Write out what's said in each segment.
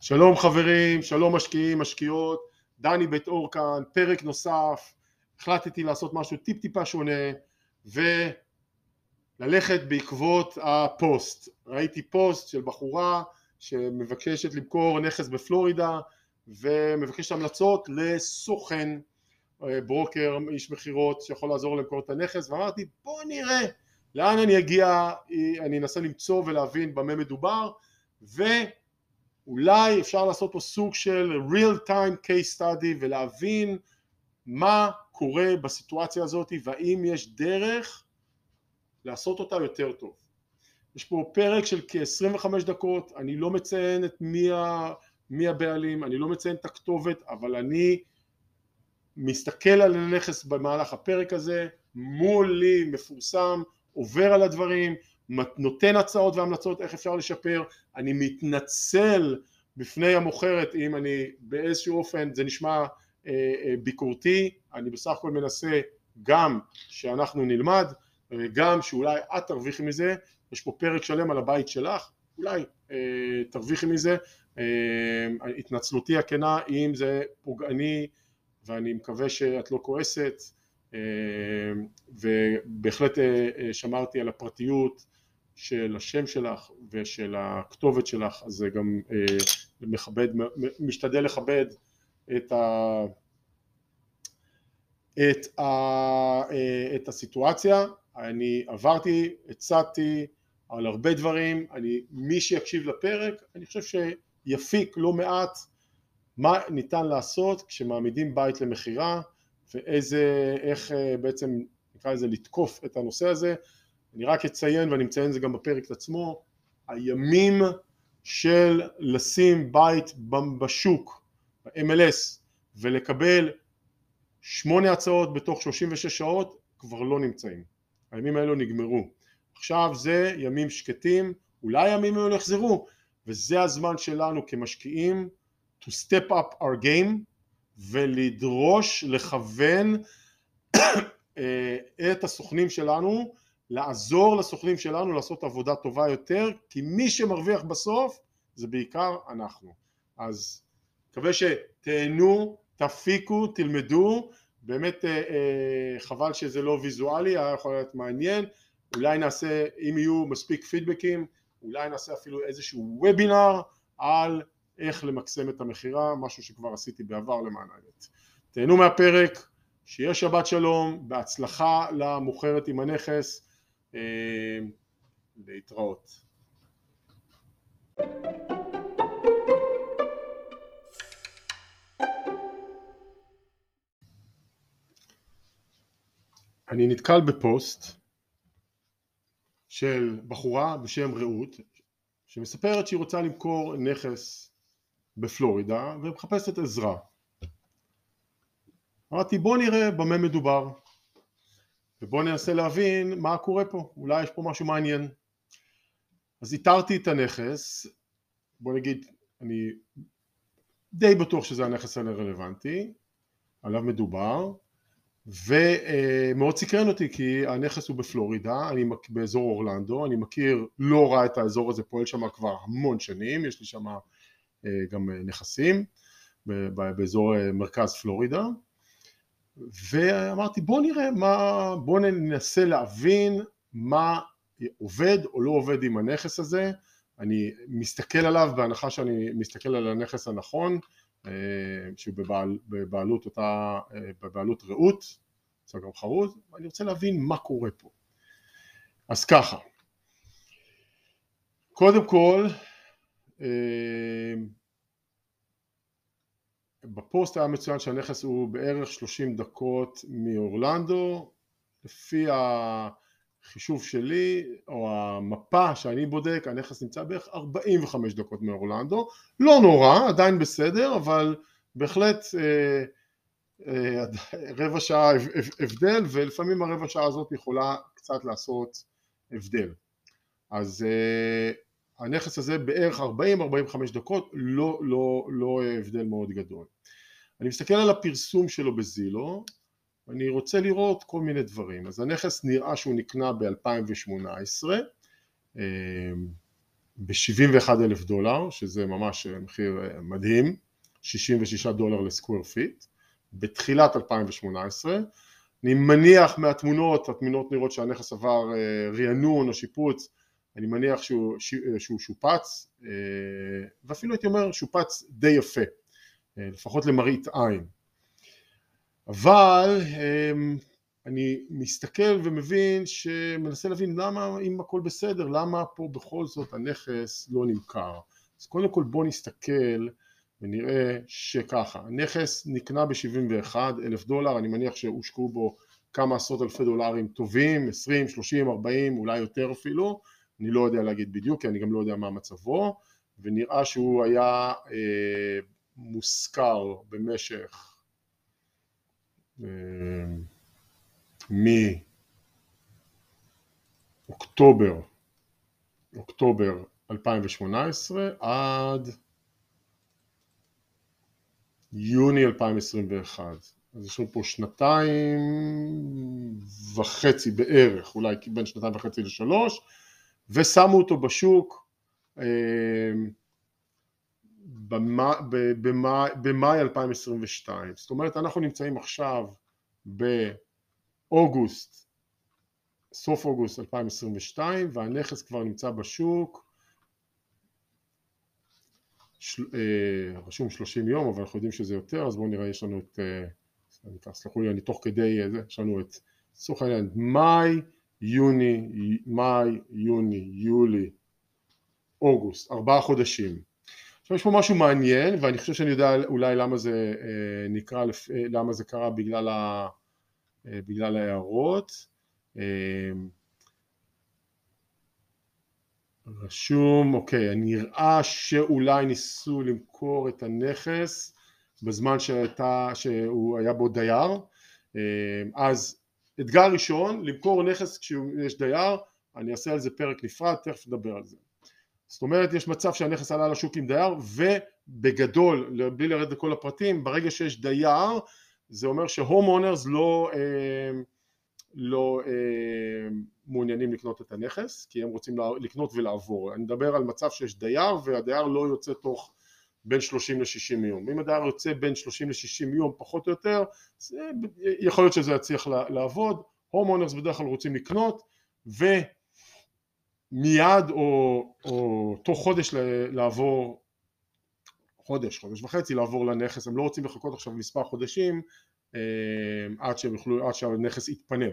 שלום חברים, שלום משקיעים, משקיעות, דני בית אור כאן, פרק נוסף. החלטתי לעשות משהו טיפה שונה וללכת בעקבות הפוסט. ראיתי פוסט של בחורה שמבקשת למכור נכס בפלורידה ומבקשת המלצות לסוכן, ברוקר, איש מחירות שיכול לעזור למכור את הנכס, ואמרתי בוא נראה לאן אני אגיע, אני אנסה למצוא ולהבין במה מדובר, אולי אפשר לעשות פה סוג של real time case study ולהבין מה קורה בסיטואציה הזאת והאם יש דרך לעשות אותה יותר טוב. יש פה פרק של כ-25 דקות, אני לא מציין את מי הבעלים, אני לא מציין את הכתובת, אבל אני מסתכל על הנכס במהלך הפרק הזה, מולי מפורסם, עובר על הדברים, נותן הצעות והמלצות איך אפשר לשפר. אני מתנצל בפני המוכרת אם אני באיזשהו אופן זה נשמע ביקורתי, אני בסך הכל מנסה גם שאנחנו נלמד, גם שאולי את תרוויחי מזה. יש פה פרק שלם על הבית שלך, אולי תרוויחי מזה. התנצלותי הכנה אם זה פוגעני, ואני מקווה שאת לא כועסת, ובהחלט שמרתי על הפרטיות של השם שלך ושל הכתובת שלך, אז זה גם מכבד, משתדל לכבד את הסיטואציה. אני עברתי, הצעתי על הרבה דברים, מי שיקשיב לפרק אני חושב שיפיק לא מעט מה ניתן לעשות כשמעמידים בית למחירה, ואיך בעצם נקרא לזה לתקוף את הנושא הזה. אני רק אציין, ואני מציין זה גם בפרק עצמו, הימים של לשים בית בשוק, ב-MLS, ולקבל 8 הצעות בתוך 36 שעות, כבר לא נמצאים. הימים האלו נגמרו. עכשיו זה ימים שקטים, אולי הימים האלו יחזרו, וזה הזמן שלנו כמשקיעים, to step up our game, ולדרוש, לכוון את הסוכנים שלנו, לעזור לסוכנים שלנו לעשות עבודה טובה יותר, כי מי שמרוויח בסוף זה בעיקר אנחנו. אז מקווה שתהנו, תפיקו, תלמדו, באמת חבל שזה לא ויזואלי, היה יכול להיות מעניין. אולי נעשה, אם יהיו מספיק פידבקים, אולי נעשה אפילו איזשהו וובינר על איך למקסם את המחירה, משהו שכבר עשיתי בעבר למען האמת. תהנו מהפרק, שיהיה שבת שלום, בהצלחה למוכרת עם הנכס, להתראות. אני נתקל בפוסט של בחורה בשם רעות, שמספרת שהיא רוצה למכור נכס בפלורידה ומחפשת עזרה. אמרתי בוא נראה במה מדובר ובוא ננסה להבין מה קורה פה, אולי יש פה משהו מעניין. אז איתרתי את הנכס, בוא נגיד אני די בטוח שזה הנכס הרלוונטי עליו מדובר, ומאוד סקרן אותי כי הנכס הוא בפלורידה, אני באזור אורלנדו, אני מכיר לא רע את האזור הזה, פועל שם כבר המון שנים, יש לי שם גם נכסים באזור מרכז פלורידה, ואמרתי בוא נראה בוא ננסה להבין מה עובד או לא עובד עם הנכס הזה. אני מסתכל עליו בהנחה שאני מסתכל על הנכס הנכון, שהוא בבעלות רעות, זה גם חרוז, ואני רוצה להבין מה קורה פה. אז ככה, קודם כל, בפוסט היה מצוין שהנכס הוא בערך 30 דקות מאורלנדו, לפי החישוב שלי או המפה שאני בודק, הנכס נמצא בערך 45 דקות מאורלנדו, לא נורא, עדיין בסדר, אבל בהחלט רבע שעה הבדל, ולפעמים הרבע שעה הזאת יכולה קצת לעשות הבדל. אז הנכס הזה בערך 40-45 דקות, לא הבדל מאוד גדול. אני מסתכל על הפרסום שלו בזילו, ואני רוצה לראות כל מיני דברים. אז הנכס נראה שהוא נקנה ב-2018, ב$71,000, שזה ממש מחיר מדהים, $66 לסקוואר פיט, בתחילת 2018. אני מניח מהתמונות, התמונות נראות שהנכס עבר רענון או שיפוץ, אני מניח שהוא שופץ, ואפילו הייתי אומר שופץ די יפה, לפחות למראית עין. אבל אני מסתכל ומבין שמנסה להבין למה, אם הכל בסדר, למה פה בכל זאת הנכס לא נמכר. אז קודם כל בוא נסתכל ונראה שככה, הנכס נקנה $71,000, אני מניח שהושקעו בו כמה עשרות אלפי דולרים טובים, 20, 30, 40, אולי יותר אפילו, אני לא יודע להגיד בדיוק, כי אני גם לא יודע מה מצבו, ונראה שהוא היה מושכר במשך מאוקטובר 2018 עד יוני 2021. אז יש לנו פה 2.5 בערך, אולי בין 2.5 ל3, ושמו אותו בשוק במאי 2022. זאת אומרת, אנחנו נמצאים עכשיו באוגוסט, סוף אוגוסט 2022, והנכס כבר נמצא בשוק, רשום 30 יום, אבל אנחנו יודעים שזה יותר, אז בואו נראה, יש לנו את, סלחו לי, אני תוך כדי, יש לנו את, סוף העניין, מאי, יוני, יולי, אוגוסט, 4 חודשים. עכשיו יש פה משהו מעניין, ואני חושב שאני יודע אולי למה זה נקרא, למה זה קרה בגלל ההערות. רשום, אוקיי, נראה שאולי ניסו למכור את הנכס בזמן שהוא היה בו דייר. אז אתגר ראשון, למכור נכס כשיש דייר, אני אעשה על זה פרק נפרד, תכף נדבר על זה. זאת אומרת, יש מצב שהנכס עלה לשוק עם דייר, ובגדול, בלי לרדת לכל הפרטים, ברגע שיש דייר, זה אומר שהום אונרס לא מעוניינים לקנות את הנכס, כי הם רוצים לקנות ולעבור. אני מדבר על מצב שיש דייר, והדייר לא יוצא תוך בין 30 ל-60 יום. אם הדייר יוצא בין 30 ל-60 יום פחות או יותר, יכול להיות שזה יצליח לעבוד. הום אונרס בדרך כלל רוצים לקנות, מיד או תוך חודש לעבור, חודש וחצי לעבור לנכס, הם לא רוצים לחכות עכשיו מספר חודשים עד שהנכס יתפנה.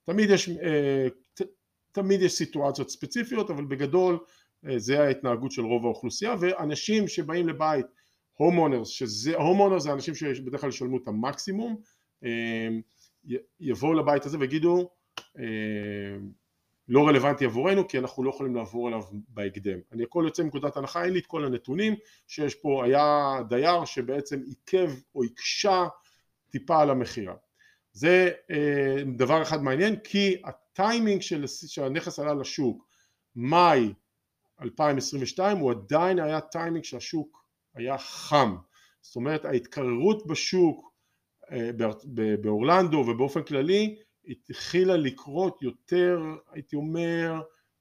תמיד יש סיטואציות ספציפיות, אבל בגדול זה ההתנהגות של רוב האוכלוסייה, ואנשים שבאים לבית, הומונרס, הומונרס זה אנשים שבדרך כלל ישלמו את המקסימום, יבואו לבית הזה ויגידו, לא רלוונטי עבורנו, כי אנחנו לא יכולים לעבור אליו בהקדם. אני הכל יוצא מנקודת הנחה, אין לי את כל הנתונים, שיש פה, היה דייר שבעצם עיכב או הקשה טיפה על המחירה. זה דבר אחד מעניין, כי הטיימינג שהנכס עלה לשוק, מאי 2022, הוא עדיין היה טיימינג שהשוק היה חם. זאת אומרת, ההתקררות בשוק באורלנדו ובאופן כללי, התחילה לקרות יותר, הייתי אומר,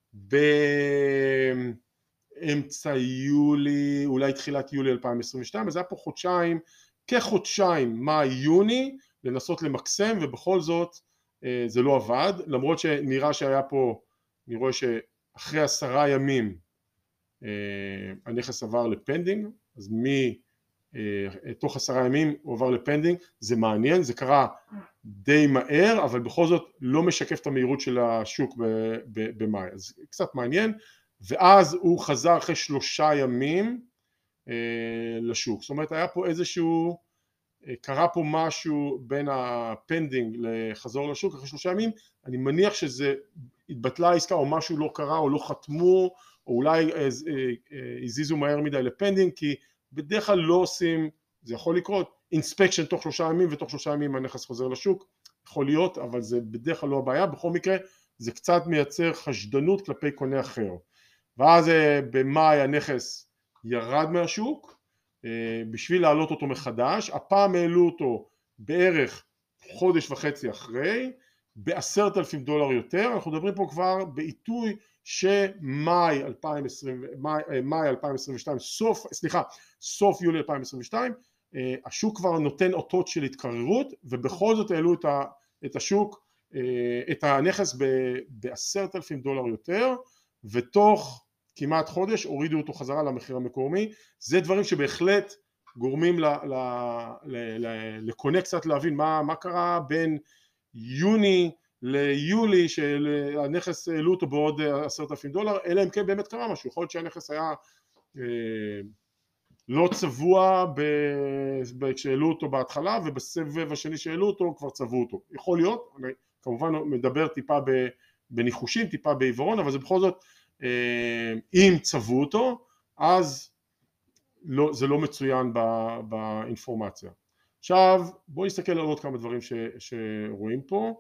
באמצע יולי, אולי תחילת יולי 2022, אז זה היה פה כחודשיים, מאי-יוני, לנסות למקסם, ובכל זאת זה לא עבד, למרות שנראה שהיה פה, אני רואה שאחרי 10 ימים הנכס עבר לפנדינג, אז תוך 10 ימים הוא עבר לפנדינג, זה מעניין, זה קרה די מהר, אבל בכל זאת לא משקף את המהירות של השוק במאי, אז קצת מעניין, ואז הוא חזר אחרי 3 ימים לשוק, זאת אומרת היה פה איזשהו, קרה פה משהו בין הפנדינג לחזור לשוק אחרי 3 ימים, אני מניח שזה התבטלה העסקה או משהו לא קרה או לא חתמו, או אולי הזיזו מהר מדי לפנדינג, כי בדרך כלל לא עושים, זה יכול לקרות, אינספקשן תוך 3 ימים, ותוך 3 ימים הנכס חוזר לשוק, יכול להיות, אבל זה בדרך כלל לא הבעיה, בכל מקרה זה קצת מייצר חשדנות כלפי קונה אחר. ואז במאי הנכס ירד מהשוק, בשביל להעלות אותו מחדש, הפעם העלו אותו בערך 1.5 חודש אחרי, $10,000 יותר, אנחנו מדברים פה כבר בעיתוי שמאי 2022, סוף יולי 2022, השוק כבר נותן אותות של התקררות, ובכל זאת העלו את השוק, את הנכס ב$10,000 יותר, ותוך כמעט חודש הורידו אותו חזרה למחיר המקומי. זה דברים שבהחלט גורמים לקונה קצת להבין מה קרה בין יוני ליולי שהנכס העלו אותו בעוד $10,000, אלא אם כן באמת קרה משהו. יכול להיות שהנכס היה לא צבוע כשהעלו אותו בהתחלה, ובסבב השני שהעלו אותו כבר צבעו אותו. יכול להיות, אני כמובן מדבר טיפה בניחושים, טיפה בעיוורון, אבל זה בכל זאת, אם צבעו אותו, אז זה לא מצוין באינפורמציה. עכשיו בואו נסתכל על עוד כמה דברים שרואים פה.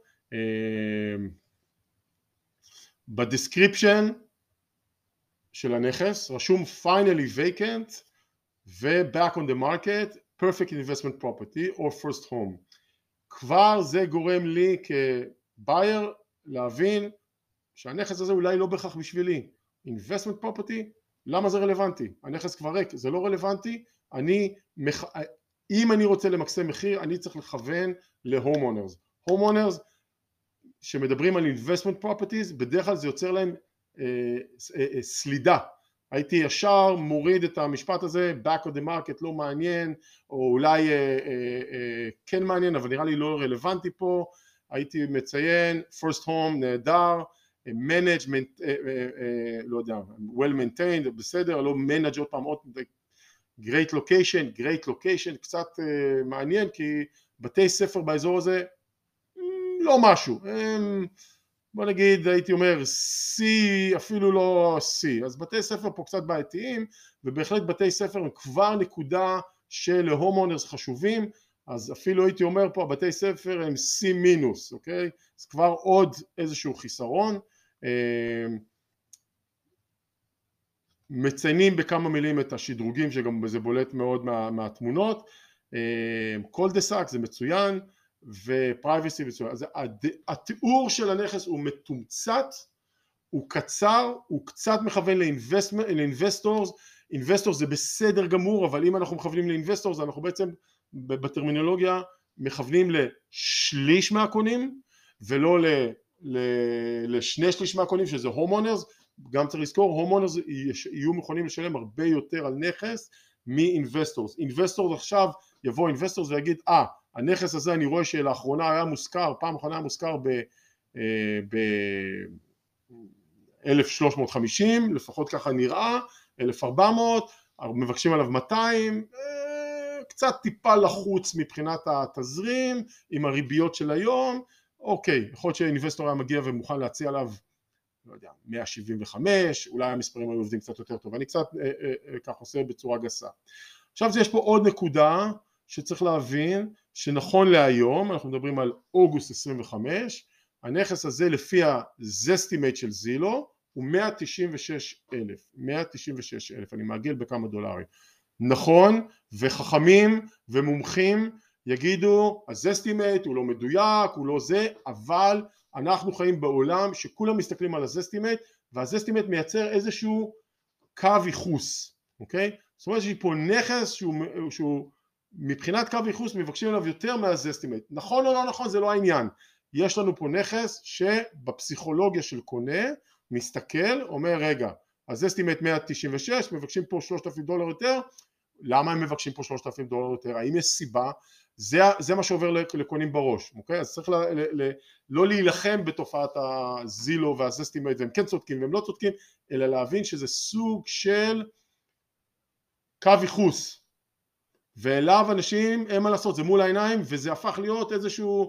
בדסקריפשן של הנכס רשום finally vacant ו-back on the market, perfect investment property or first home. כבר זה גורם לי כבייר להבין שהנכס הזה אולי לא בהכרח בשבילי. investment property, למה זה רלוונטי? הנכס כבר ריק, זה לא רלוונטי. אם אני רוצה למקסם מחיר, אני צריך לכוון ל-homeowners. homeowners שמדברים על investment properties, בדרך כלל זה יוצר להם סלידה. הייתי ישר מוריד את המשפט הזה, back on the market לא מעניין, או אולי כן מעניין, אבל נראה לי לא רלוונטי פה. הייתי מציין first home נהדר, management, לא יודע, well maintained, בסדר, לא manage עוד פעם, great location, קצת מעניין, כי בתי ספר באזור הזה לא משהו, בוא נגיד, הייתי אומר C, אפילו לא C, אז בתי ספר פה קצת בעייתיים, ובהחלט בתי ספר הם כבר נקודה שלהומונרס חשובים, אז אפילו הייתי אומר פה הבתי ספר הם C מינוס, אוקיי? אז כבר עוד איזשהו חיסרון. מציינים בכמה מילים את השדרוגים שגם זה בולט מאוד מהתמונות. קולדסק זה מצוין, ופרייבסי מצוין. אז התיאור של הנכס הוא מתומצת, הוא קצר, הוא קצת מכוון לאינבסטורס. אינבסטורס זה בסדר גמור, אבל אם אנחנו מכוונים לאינבסטורס, אנחנו בעצם בטרמינולוגיה מכוונים לשליש מהקונים, ולא לשני שליש מהקונים, שזה הומונרס. גם צריך לזכור, הומונרס יהיו מוכנים לשלם הרבה יותר על נכס מאינבסטורס. אינבסטורס עכשיו יבוא אינבסטורס ויגיד, הנכס הזה אני רואה שלאחרונה היה מושכר, פעם אחרונה היה מושכר ב-1350, לפחות ככה נראה, 1400, מבקשים עליו 200, קצת טיפה לחוץ מבחינת התזרים, עם הריביות של היום. אוקיי, יכול להיות שאינבסטור היה מגיע ומוכן להציע עליו, לא יודע, 175, אולי המספרים היו עובדים קצת יותר טוב, אני קצת כך עושה בצורה גסה. עכשיו יש פה עוד נקודה שצריך להבין, שנכון להיום, אנחנו מדברים על אוגוסט 25, הנכס הזה לפי הזסטימייט של זילו, הוא 196,000, אני מעגל בכמה דולרים. נכון, וחכמים ומומחים יגידו, הזסטימייט הוא לא מדויק, הוא לא זה, אבל אנחנו חיים בעולם שכולם מסתכלים על הזסטימייט, והזסטימייט מייצר איזשהו קו ייחוס, אוקיי? זאת אומרת שיש פה נכס שהוא מבחינת קו ייחוס מבקשים עליו יותר מהזסטימייט. נכון או לא נכון, זה לא העניין. יש לנו פה נכס שבפסיכולוגיה של קונה מסתכל, אומר רגע, הזסטימייט 196, מבקשים פה $3,000 יותר, למה הם מבקשים פה $3,000 יותר? האם יש סיבה? זה מה שעובר לקונים בראש, אוקיי? אז צריך לא להילחם בתופעת הזילו והזסטימייט, והם כן צודקים והם לא צודקים, אלא להבין שזה סוג של קו ייחוס, ואליו אנשים, אין מה לעשות, זה מול העיניים, וזה הפך להיות איזשהו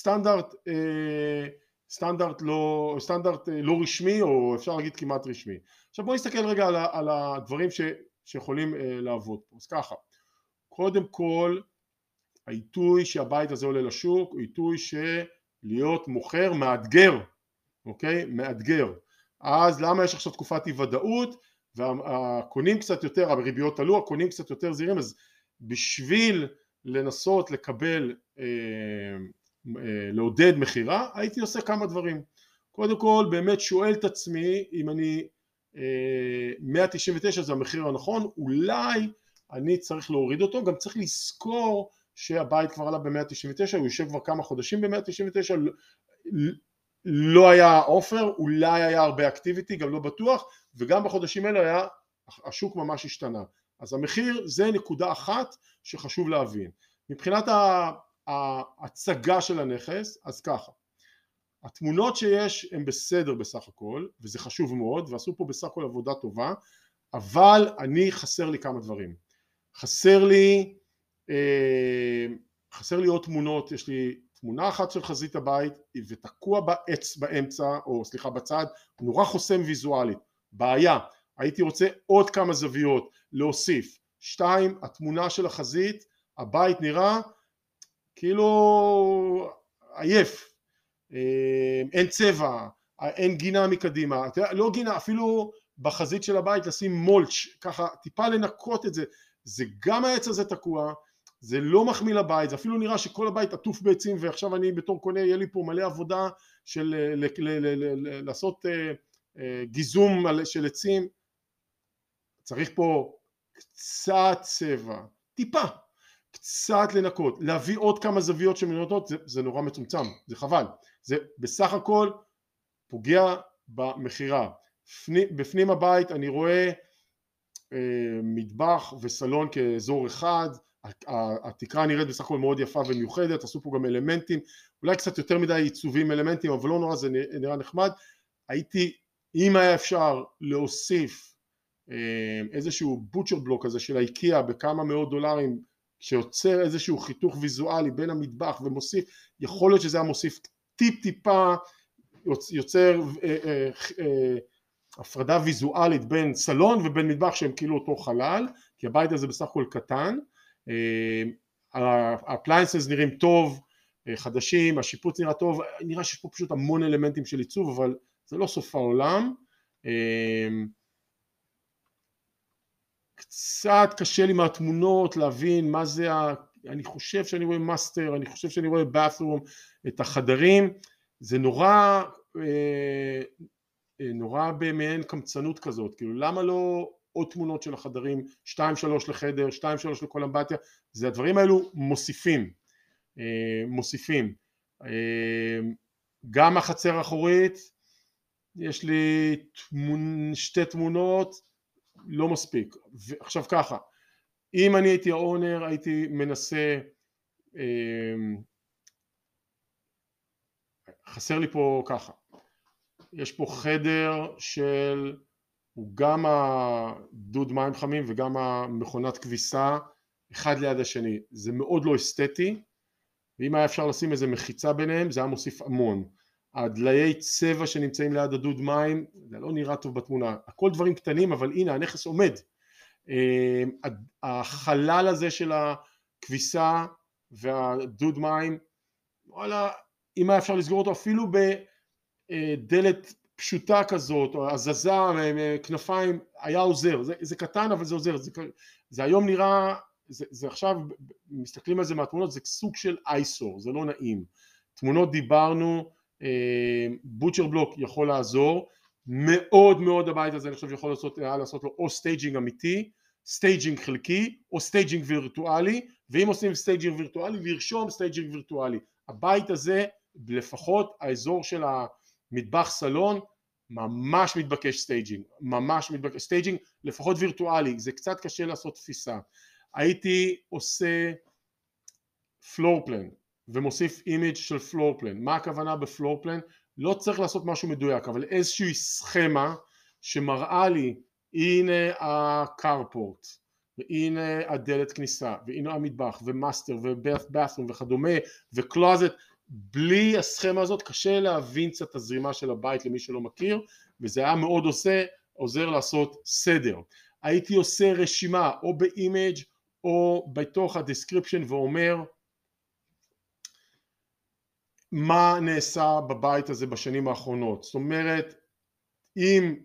סטנדרט לא רשמי, או אפשר להגיד כמעט רשמי. עכשיו בואו נסתכל רגע על הדברים שיכולים לעבוד פה. אז ככה, קודם כל, העיתוי שהבית הזה עולה לשוק, הוא עיתוי שלהיות מוכר מאתגר, אוקיי? מאתגר. אז למה יש עכשיו תקופת אי ודאות, והקונים קצת יותר, הריביות עלו, הקונים קצת יותר זהירים, אז בשביל לנסות לקבל, לעודד מחירה, הייתי עושה כמה דברים. קודם כל באמת שואל את עצמי אם אני 199 זה המחיר הנכון, אולי אני צריך להוריד אותו, גם צריך לזכור שהבית כבר עלה ב-199, הוא יושב כבר כמה חודשים ב-199, לא היה אופר, אולי היה הרבה אקטיביטי, גם לא בטוח, וגם בחודשים האלה היה, השוק ממש השתנה. אז המחיר זה נקודה אחת שחשוב להבין. מבחינת ההצגה של הנכס, אז ככה, התמונות שיש הן בסדר בסך הכל, וזה חשוב מאוד, ועשו פה בסך הכל עבודה טובה, אבל חסר לי כמה דברים. חסר לי עוד תמונות, יש לי תמונה אחת של חזית הבית, ותקוע בעץ באמצע, או סליחה בצד, נורא חוסם ויזואלית. בעיה, הייתי רוצה עוד כמה זוויות להוסיף. 2, התמונה של החזית, הבית נראה כאילו עייף, אין צבע, אין גינה מקדימה, לא גינה, אפילו בחזית של הבית לשים מולץ', ככה טיפה לנקות את זה, זה גם העץ הזה תקוע, זה לא מחמיא לבית, זה אפילו נראה שכל הבית עטוף בעצים, ועכשיו אני בתור קונה יהיה לי פה מלא עבודה של לעשות גיזום של עצים. צריך פה קצת צבע, טיפה, קצת לנקות, להביא עוד כמה זוויות שמנותות, זה נורא מצומצם, זה חבל, זה בסך הכל פוגע במחירה. בפנים הבית אני רואה מטבח וסלון כאזור אחד, התקרה נראית בסך הכל מאוד יפה ומיוחדת, עשו פה גם אלמנטים, אולי קצת יותר מדי עיצובים אלמנטים, אבל לא נורא, זה נראה נחמד. אם היה אפשר להוסיף איזשהו בוטשר בלוק הזה של האיקאה בכמה מאות דולרים, שיוצר איזשהו חיתוך ויזואלי בין המטבח ומוסיף, יכול להיות שזה היה מוסיף טיפה, יוצר הפרדה ויזואלית בין סלון ובין מטבח שהם כאילו אותו חלל, כי הבית הזה בסך הכל קטן, האפליינסס נראים טוב, חדשים, השיפוץ נראה טוב, נראה שיש פה פשוט המון אלמנטים של עיצוב, אבל זה לא סוף העולם. קצת קשה לי מהתמונות להבין מה זה, אני חושב שאני רואה מאסטר, אני חושב שאני רואה bathroom, את החדרים, זה נורא במעין קמצנות כזאת, כאילו למה לא עוד תמונות של החדרים, 2-3 לחדר, 2-3 לכל אמבטיה, זה הדברים האלו מוסיפים. גם החצר האחורית, יש לי 2 תמונות, לא מספיק. ועכשיו ככה, אם אני הייתי האונר, הייתי מנסה, חסר לי פה ככה, יש פה חדר של, הוא גם הדוד מים חמים וגם המכונת כביסה, אחד ליד השני, זה מאוד לא אסתטי, ואם היה אפשר לשים איזה מחיצה ביניהם, זה היה מוסיף המון. הדליי צבע שנמצאים ליד הדוד מים, זה לא נראה טוב בתמונה, הכל דברים קטנים, אבל הנה הנכס עומד. החלל הזה של הכביסה והדוד מים, וואלה, אם היה אפשר לסגור אותו אפילו בדלת פשוטה כזאת, או הזזה, כנפיים, היה עוזר, זה קטן אבל זה עוזר, זה היום נראה, זה עכשיו, מסתכלים על זה מהתמונות, זה סוג של אייסור, זה לא נעים. תמונות דיברנו, בוטשר בלוק יכול לעזור, מאוד מאוד הבית הזה אני חושב יכול לעשות לו או סטייג'ינג אמיתי, סטייג'ינג חלקי, או סטייג'ינג וירטואלי, ואם עושים סטייג'ינג וירטואלי, לרשום סטייג'ינג וירטואלי. הבית הזה, לפחות האזור של המטבח סלון, ממש מתבקש סטייג'ינג, ממש מתבקש סטייג'ינג, לפחות וירטואלי, זה קצת קשה לעשות תפיסה. הייתי עושה פלור פלן, ומוסיף אימג' של פלור פלן. מה הכוונה בפלור פלן? לא צריך לעשות משהו מדויק, אבל איזושהי סכמה שמראה לי, הנה הקרפורט, והנה הדלת כניסה, והנה המטבח, ומאסטר, ובאת'רום, וכדומה, וקלוזט. בלי הסכמה הזאת קשה להבין קצת את הזרימה של הבית למי שלא מכיר, וזה היה מאוד עוזר לעשות סדר. הייתי עושה רשימה, או באימג' או בתוך הדסקריפשן, ואומר, מה נעשה בבית הזה בשנים האחרונות. זאת אומרת, אם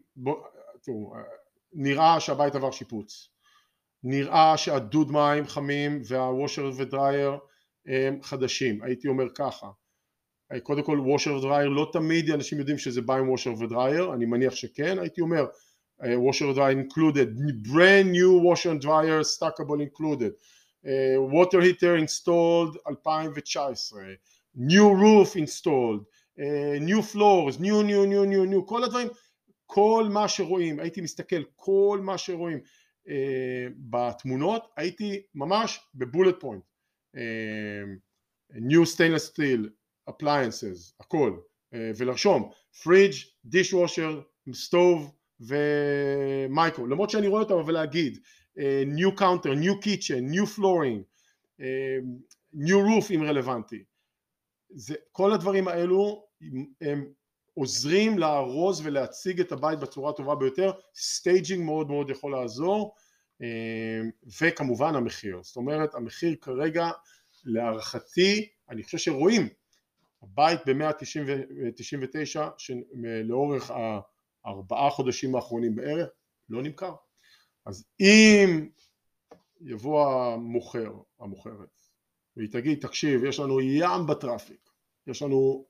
נראה שהבית עבר שיפוץ, נראה שהדוד מים חמים והוושר ודרייר הם חדשים, הייתי אומר ככה, קודם כל וושר ודרייר, לא תמיד אנשים יודעים שזה בא עם וושר ודרייר, אני מניח שכן, הייתי אומר וושר ודרייר included, brand new washer and dryer stackable included, water heater installed 2019, new roof installed, new floors, new, כל הדברים, כל מה שרואים, הייתי מסתכל, כל מה שרואים בתמונות, הייתי ממש בבולט פוינט, new stainless steel appliances, הכל, ולרשום fridge, dishwasher, stove ומייקרו, למרות שאני רואה אותם, אבל להגיד new counter, new kitchen, new flooring, new roof אם רלוונטי, כל הדברים האלו הם עוזרים לארוז ולהציג את הבית בצורה הטובה ביותר, סטייג'ינג מאוד מאוד יכול לעזור, וכמובן המחיר, זאת אומרת המחיר כרגע להערכתי, אני חושב שרואים, הבית ב-199 לאורך 4 חודשים האחרונים בערך לא נמכר, אז אם יבוא המוכרת והיא תגיד תקשיב יש לנו ים בטראפיק, יש לנו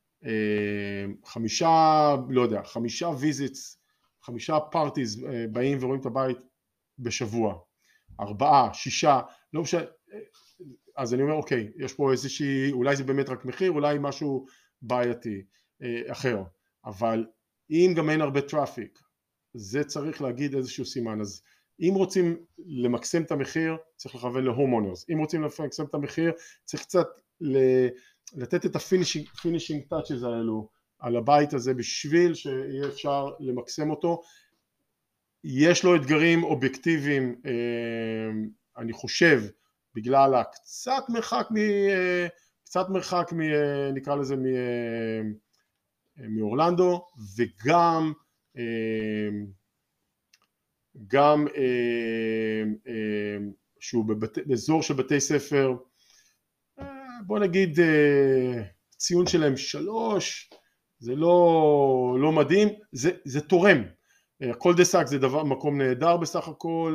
5 ויזיטס, 5 פארטיז באים ורואים את הבית בשבוע, 4, 6, לא משנה, אז אני אומר אוקיי, יש פה איזושהי, אולי זה באמת רק מחיר, אולי משהו בעייתי אחר, אבל אם גם אין הרבה טראפיק, זה צריך להגיד איזשהו סימן, אז אם רוצים למקסם את המחיר, צריך לכוון להומאונרס, אם רוצים למקסם את המחיר, צריך קצת לתת את הפינישינג טאצ'ז האלו על הבית הזה, בשביל שיהיה אפשר למקסם אותו, יש לו אתגרים אובייקטיביים, אני חושב, בגלל הקצת מרחק נקרא לזה מאורלנדו, וגם שהוא באזור של בתי ספר, בוא נגיד ציון שלהם 3, זה לא מדהים, זה תורם, קול דה סאק זה מקום נהדר בסך הכל,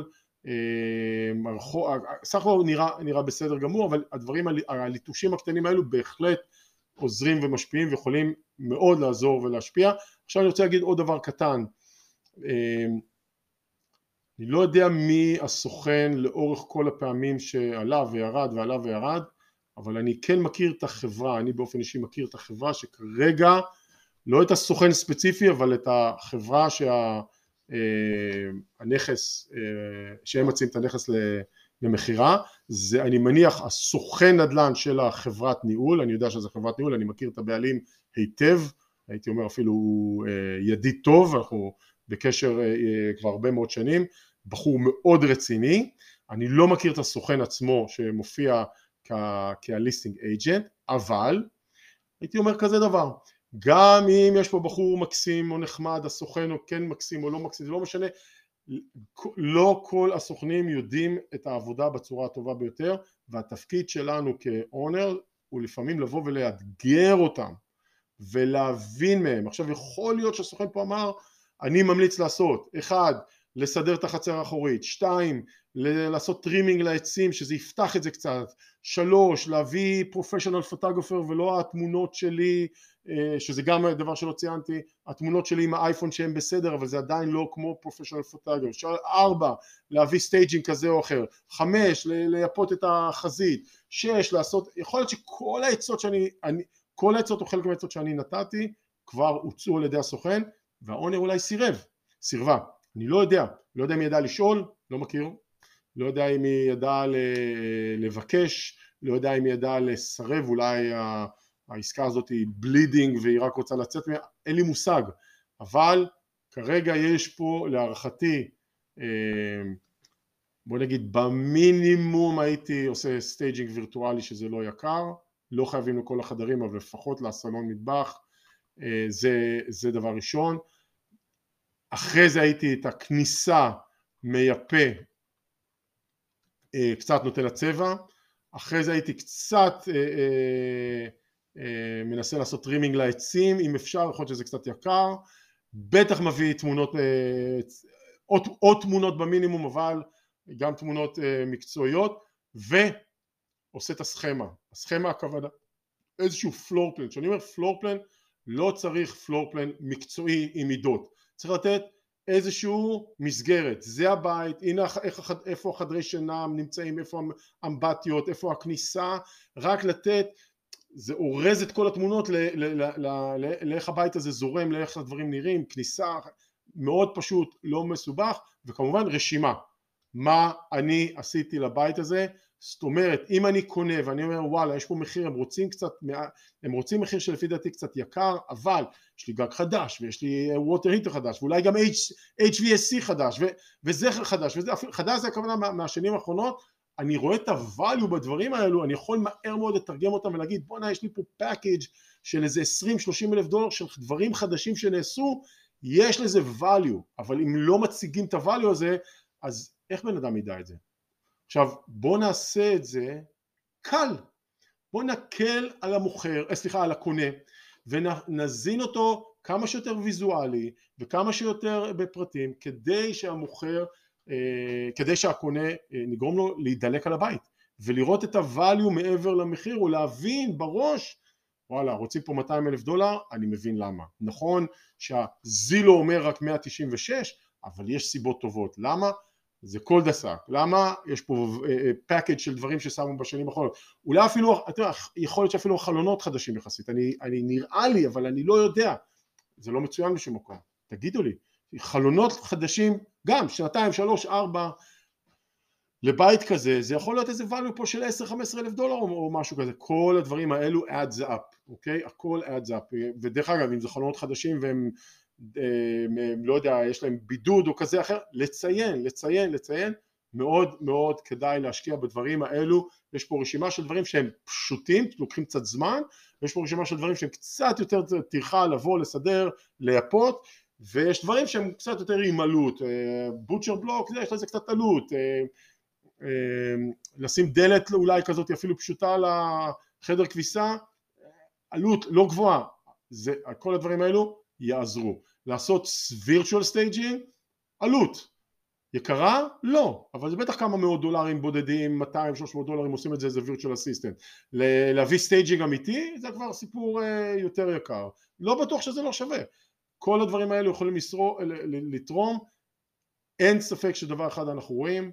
סך הכל נראה בסדר גמור, אבל הדברים, הליטושים הקטנים האלו בהחלט עוזרים ומשפיעים ויכולים מאוד לעזור ולהשפיע. עכשיו אני רוצה להגיד עוד דבר קטן, אני לא יודע מי הסוכן לאורך כל הפעמים שעלה וירד, אבל אני כן מכיר את החברה, אני באופן אישי מכיר את החברה שכרגע, לא את הסוכן ספציפי, אבל את החברה הנכס, שהם מציעים את הנכס למחירה, זה אני מניח הסוכן נדל"ן של החברת ניהול, אני יודע שזה חברת ניהול, אני מכיר את הבעלים היטב, הייתי אומר אפילו ידיד טוב, אנחנו בקשר כבר הרבה מאוד שנים, בחור מאוד רציני, אני לא מכיר את הסוכן עצמו שמופיע כ-listing agent, אבל הייתי אומר כזה דבר, גם אם יש פה בחור מקסים או נחמד, הסוכן הוא כן מקסים או לא מקסים, זה לא משנה, לא כל הסוכנים יודעים את העבודה בצורה הטובה ביותר, והתפקיד שלנו כאונר הוא לפעמים לבוא ולאתגר אותם ולהבין מהם. עכשיו יכול להיות שהסוכן פה אמר אני ממליץ לעשות 1 לסדר את החצר האחורית, 2 לעשות טרימינג לעצים שזה יפתח את זה קצת, 3 להביא פרופשיונל פוטוגרפר ולא התמונות שלי, שזה גם דבר שלא ציינתי, התמונות שלי עם האייפון שהם בסדר אבל זה עדיין לא כמו פרופשיונל פוטוגרפר, 4 להביא סטייג'ינג כזה או אחר, 5 לייפות את החזית, 6 לעשות, יכול להיות שכל העצות כל העצות או חלק מהעצות שאני נתתי כבר הוצאו על ידי הסוכן, והאונר אולי סירבה, אני לא יודע אם היא ידעה לשאול, לא מכיר, לא יודע אם היא ידעה לבקש, לא יודע אם היא ידעה לסרב, אולי העסקה הזאת היא בלידינג והיא רק רוצה לצאת, אין לי מושג, אבל כרגע יש פה להערכתי, בוא נגיד במינימום הייתי עושה סטייג'ינג וירטואלי שזה לא יקר, לא חייבים לכל החדרים אבל לפחות לסלון מטבח, זה דבר ראשון. אחרי זה הייתי את הכניסה מייפה, קצת נותן לצבע, אחרי זה הייתי קצת מנסה לעשות טרימינג לעצים, אם אפשר, יכול להיות שזה קצת יקר, בטח מביא תמונות, עוד תמונות במינימום, אבל גם תמונות מקצועיות, ועושה את הסכמה. הסכמה הכוונה איזשהו פלור פלן. כשאני אומר פלור פלן, לא צריך פלור פלן מקצועי עם מידות, צריך לתת איזשהו מסגרת, זה הבית, הנה איפה החדרי שינה נמצאים, איפה האמבטיות, איפה הכניסה, רק לתת, זה אורז את כל התמונות לאיך הבית הזה זורם, לאיך הדברים נראים, כניסה, מאוד פשוט, לא מסובך, וכמובן רשימה, מה אני עשיתי לבית הזה. זאת אומרת, אם אני קונה ואני אומר וואלה יש פה מחיר, הם רוצים מחיר שלפי דעתי קצת יקר, אבל יש לי גג חדש ויש לי ווטר היטר חדש ואולי גם HVAC חדש וזה חדש, וזה חדש, זה הכוונה מהשנים האחרונות, אני רואה את הvalue בדברים האלו, אני יכול מהר מאוד לתרגם אותם ולהגיד בוא'נה יש לי פה package של איזה 20-30 אלף דולר של דברים חדשים שנעשו, יש לזה value, אבל אם לא מציגים את הvalue הזה, אז איך בן אדם ידע את זה? עכשיו בוא נעשה את זה קל, בוא נקל על המוכר, על הקונה, ונזין אותו כמה שיותר ויזואלי וכמה שיותר בפרטים, כדי שהקונה נגרום לו להידלק על הבית ולראות את הvalue מעבר למחיר, ולהבין בראש וואלה רוצים פה 200 אלף דולר, אני מבין למה. נכון שהזילו אומר רק 196, אבל יש סיבות טובות למה, זה כל דסק, למה יש פה פאקג' של דברים ששמו בשנים האחרונות, אולי אפילו, יכול להיות שאפילו חלונות חדשים יחסית, אני נראה לי אבל אני לא יודע, זה לא מצוין בשום מקום, תגידו לי, חלונות חדשים גם 2, 3, 4 לבית כזה, זה יכול להיות איזה value פה של 10-15 אלף דולר או משהו כזה, כל הדברים האלו adds up, אוקיי? הכל adds up, ודרך אגב אם זה חלונות חדשים והם לא יודע יש להם בידוד או כזה אחר, לציין, מאוד מאוד כדאי להשקיע בדברים האלו. יש פה רשימה של דברים שהם פשוטים, לוקחים קצת זמן, ויש פה רשימה של דברים שהם קצת יותר טרחה לבוא, לסדר, לייפות, ויש דברים שהם קצת יותר עם עלות, בוטשר בלוק, יש לזה קצת עלות, לשים דלת אולי כזאת אפילו פשוטה לחדר כביסה, עלות לא גבוהה, כל הדברים האלו יעזרו. לעשות virtual staging, עלות יקרה? לא, אבל זה בטח כמה מאות דולרים בודדים, 200-300 דולרים עושים את זה, זה virtual assistant. להביא staging אמיתי זה כבר סיפור יותר יקר, לא בטוח שזה לא שווה. כל הדברים האלו יכולים לתרום. אין ספק שדבר אחד אנחנו רואים,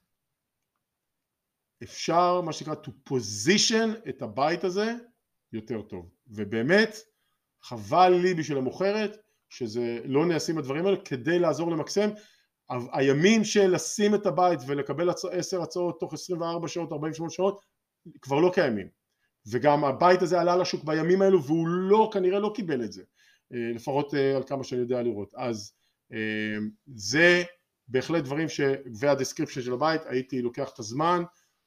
אפשר מה שנקרא to position את הבית הזה יותר טוב, ובאמת חבל לי בשביל המוכרת שזה לא נעשים הדברים האלה כדי לעזור למקסם. הימים של לשים את הבית ולקבל 10 הצעות תוך 24 שעות 48 שעות כבר לא קיימים, וגם הבית הזה עלה לשוק בימים האלו והוא כנראה לא קיבל את זה, לפחות על כמה שאני יודע לראות. אז זה בהחלט דברים והדסקריפשן של הבית הייתי לוקח את הזמן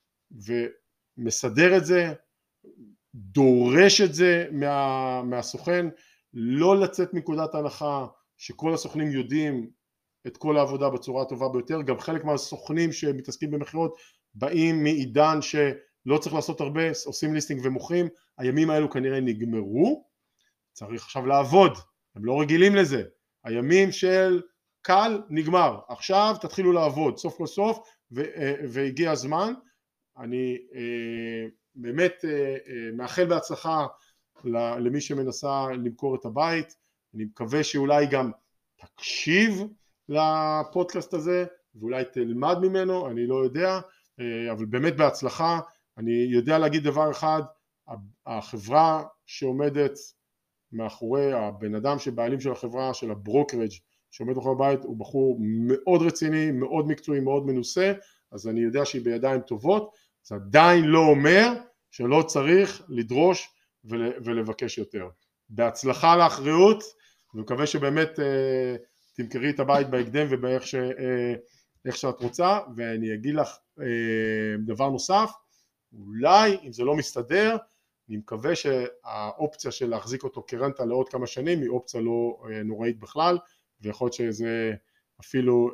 ומסדר את זה, דורש את זה מהסוכן, לא לצאת מנקודת ההנחה שכל הסוכנים יודעים את כל העבודה בצורה הטובה ביותר. גם חלק מהסוכנים שמתעסקים במחירות באים מעידן שלא צריך לעשות הרבה, עושים ליסטינג ומוכרים, הימים האלו כנראה נגמרו, צריך עכשיו לעבוד, הם לא רגילים לזה, הימים של קל נגמר, עכשיו תתחילו לעבוד סוף כל סוף, והגיע הזמן. אני באמת מאחל בהצלחה למי שמנסה למכור את הבית, אני מקווה שאולי גם תקשיב לפודקאסט הזה ואולי תלמד ממנו, אני לא יודע, אבל באמת בהצלחה. אני יודע להגיד דבר אחד, החברה שעומדת מאחורי, הבן אדם שבעלים של החברה, של הברוקרג' שעומד מאחורי הבית, הוא בחור מאוד רציני, מאוד מקצועי, מאוד מנוסה, אז אני יודע שהיא בידיים טובות. זה עדיין לא אומר שלא צריך לדרוש ולבקש יותר. בהצלחה לאחריות, ומקווה שבאמת תמכרי את הבית בהקדם ובאיך שאת רוצה. ואני אגיד לך דבר נוסף, אולי אם זה לא מסתדר, אני מקווה שהאופציה של להחזיק אותו כרנטה לעוד כמה שנים היא אופציה לא נוראית בכלל, ויכול להיות שזה אפילו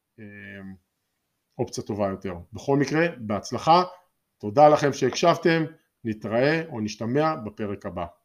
אופציה טובה יותר. בכל מקרה, בהצלחה, תודה לכם שהקשבתם, נתראה או נשתמע בפרק הבא.